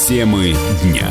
Темы дня.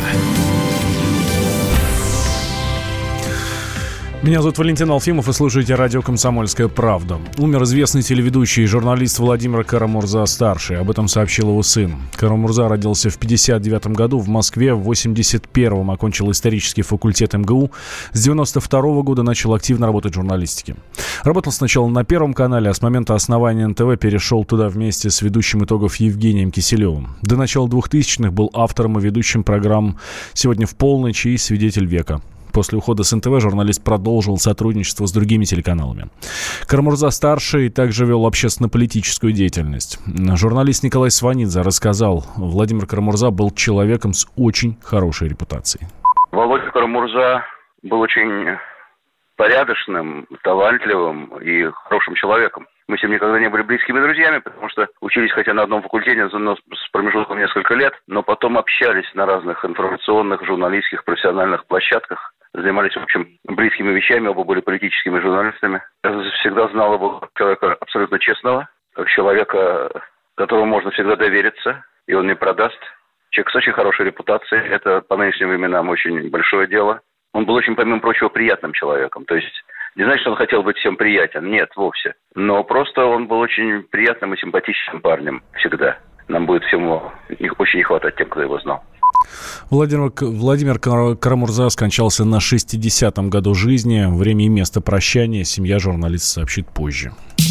Меня зовут Валентин Алфимов, и слушаете радио «Комсомольская правда». Умер известный телеведущий и журналист Владимир Кара-Мурза-старший. Об этом сообщил его сын. Кара-Мурза родился в 1959 году в Москве, в 1981 окончил исторический факультет МГУ. С 1992 года начал активно работать в журналистике. Работал сначала на Первом канале, а с момента основания НТВ перешел туда вместе с ведущим итогов Евгением Киселевым. До начала 2000-х был автором и ведущим программ «Сегодня в полночь» и «Свидетель века». После ухода с НТВ журналист продолжил сотрудничество с другими телеканалами. Кара-Мурза-старший также вел общественно-политическую деятельность. Журналист Николай Сванидзе рассказал, Владимир Кара-Мурза был человеком с очень хорошей репутацией. Володя Кара-Мурза был очень порядочным, талантливым и хорошим человеком. Мы с ним никогда не были близкими друзьями, потому что учились хотя на одном факультете, но с промежутком несколько лет, но потом общались на разных информационных, журналистских, профессиональных площадках. Занимались, в общем, близкими вещами, оба были политическими журналистами. Я всегда знал его как человека абсолютно честного, как человека, которому можно всегда довериться, и он не продаст. Человек с очень хорошей репутацией, это по нынешним временам очень большое дело. Он был очень, помимо прочего, приятным человеком. То есть не значит, что он хотел быть всем приятен, нет, вовсе. Но просто он был очень приятным и симпатичным парнем всегда. Нам будет всему очень не хватать тем, кто его знал. Владимир Кара-Мурза скончался на 60-м году жизни. Время и место прощания семья журналиста сообщит позже.